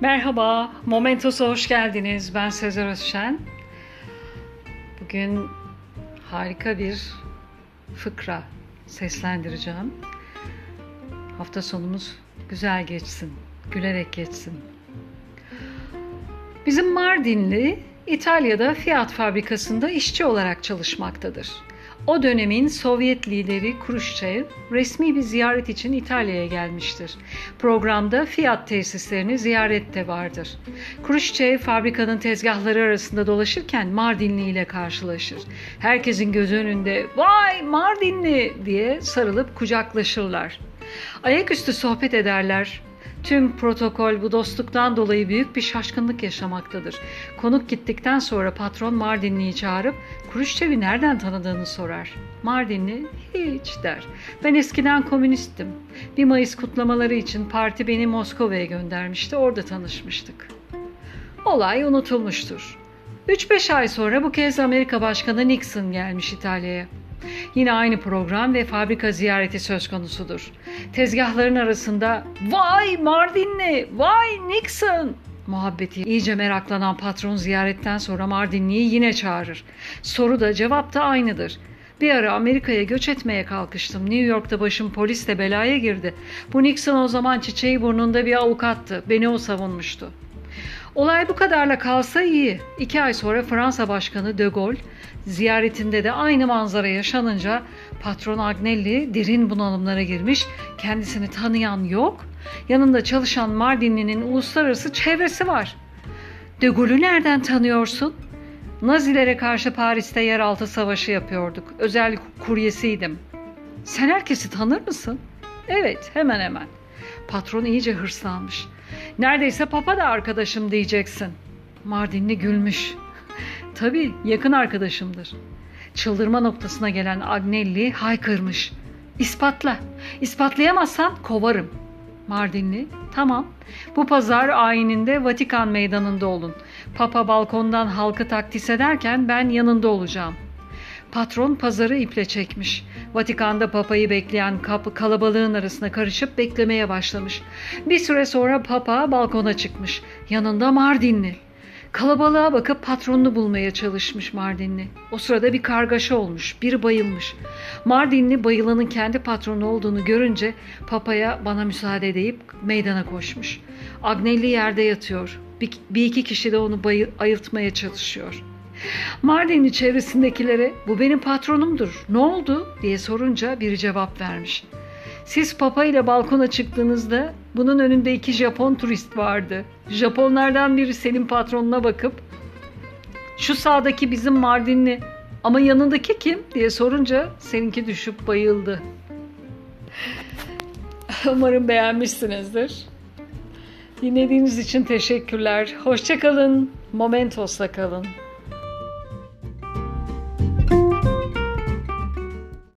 Merhaba, Momentos'a hoş geldiniz. Ben Sezer Özşen. Bugün harika bir fıkra seslendireceğim. Hafta sonumuz güzel geçsin, gülerek geçsin. Bizim Mardinli İtalya'da Fiat fabrikasında işçi olarak çalışmaktadır. O dönemin Sovyet lideri Kruşçev resmi bir ziyaret için İtalya'ya gelmiştir. Programda Fiat tesislerini ziyaret de vardır. Kruşçev fabrikanın tezgahları arasında dolaşırken Mardinli ile karşılaşır. Herkesin gözü önünde "Vay Mardinli!" diye sarılıp kucaklaşırlar. Ayaküstü sohbet ederler. Tüm protokol bu dostluktan dolayı büyük bir şaşkınlık yaşamaktadır. Konuk gittikten sonra patron Mardinli'yi çağırıp Kruşçev'i nereden tanıdığını sorar. Mardinli hiç der. Ben eskiden komünisttim. 1 Mayıs kutlamaları için parti beni Moskova'ya göndermişti. Orada tanışmıştık. Olay unutulmuştur. 3-5 ay sonra bu kez Amerika Başkanı Nixon gelmiş İtalya'ya. Yine aynı program ve fabrika ziyareti söz konusudur. Tezgahların arasında "Vay Mardinli, vay Nixon!" muhabbeti iyice meraklanan patron ziyaretten sonra Mardinli'yi yine çağırır. Soru da cevap da aynıdır. Bir ara Amerika'ya göç etmeye kalkıştım. New York'ta başım polisle belaya girdi. Bu Nixon o zaman çiçeği burnunda bir avukattı. Beni o savunmuştu. Olay bu kadarla kalsa iyi. 2 ay sonra Fransa Başkanı de Gaulle ziyaretinde de aynı manzara yaşanınca patron Agnelli derin bunalımlara girmiş, kendisini tanıyan yok, yanında çalışan Mardinli'nin uluslararası çevresi var. De Gaulle'ü nereden tanıyorsun? Nazilere karşı Paris'te yeraltı savaşı yapıyorduk. Özel kuryesiydim. Sen herkesi tanır mısın? Evet, hemen hemen. Patron iyice hırslanmış. Neredeyse papa da arkadaşım diyeceksin. Mardinli gülmüş. Tabii yakın arkadaşımdır. Çıldırma noktasına gelen Agnelli haykırmış. İspatla. İspatlayamazsan kovarım. Mardinli, tamam. Bu pazar ayininde Vatikan meydanında olun. Papa balkondan halkı takdis ederken ben yanında olacağım. Patron pazarı iple çekmiş. Vatikan'da papayı bekleyen kalabalığın arasına karışıp beklemeye başlamış. Bir süre sonra papa balkona çıkmış. Yanında Mardinli. Kalabalığa bakıp patronunu bulmaya çalışmış Mardinli. O sırada bir kargaşa olmuş. Biri bayılmış. Mardinli bayılanın kendi patronu olduğunu görünce papaya bana müsaade deyip meydana koşmuş. Agnelli yerde yatıyor. Bir iki kişi de onu ayıltmaya çalışıyor. Mardinli çevresindekilere "Bu benim patronumdur. Ne oldu?" diye sorunca biri cevap vermiş. Siz papa ile balkona çıktığınızda bunun önünde 2 Japon turist vardı. Japonlardan biri senin patronuna bakıp "Şu sağdaki bizim Mardinli ama yanındaki kim?" diye sorunca seninki düşüp bayıldı. Umarım beğenmişsinizdir. Dinlediğiniz için teşekkürler. Hoşça kalın. Momentos'la kalın.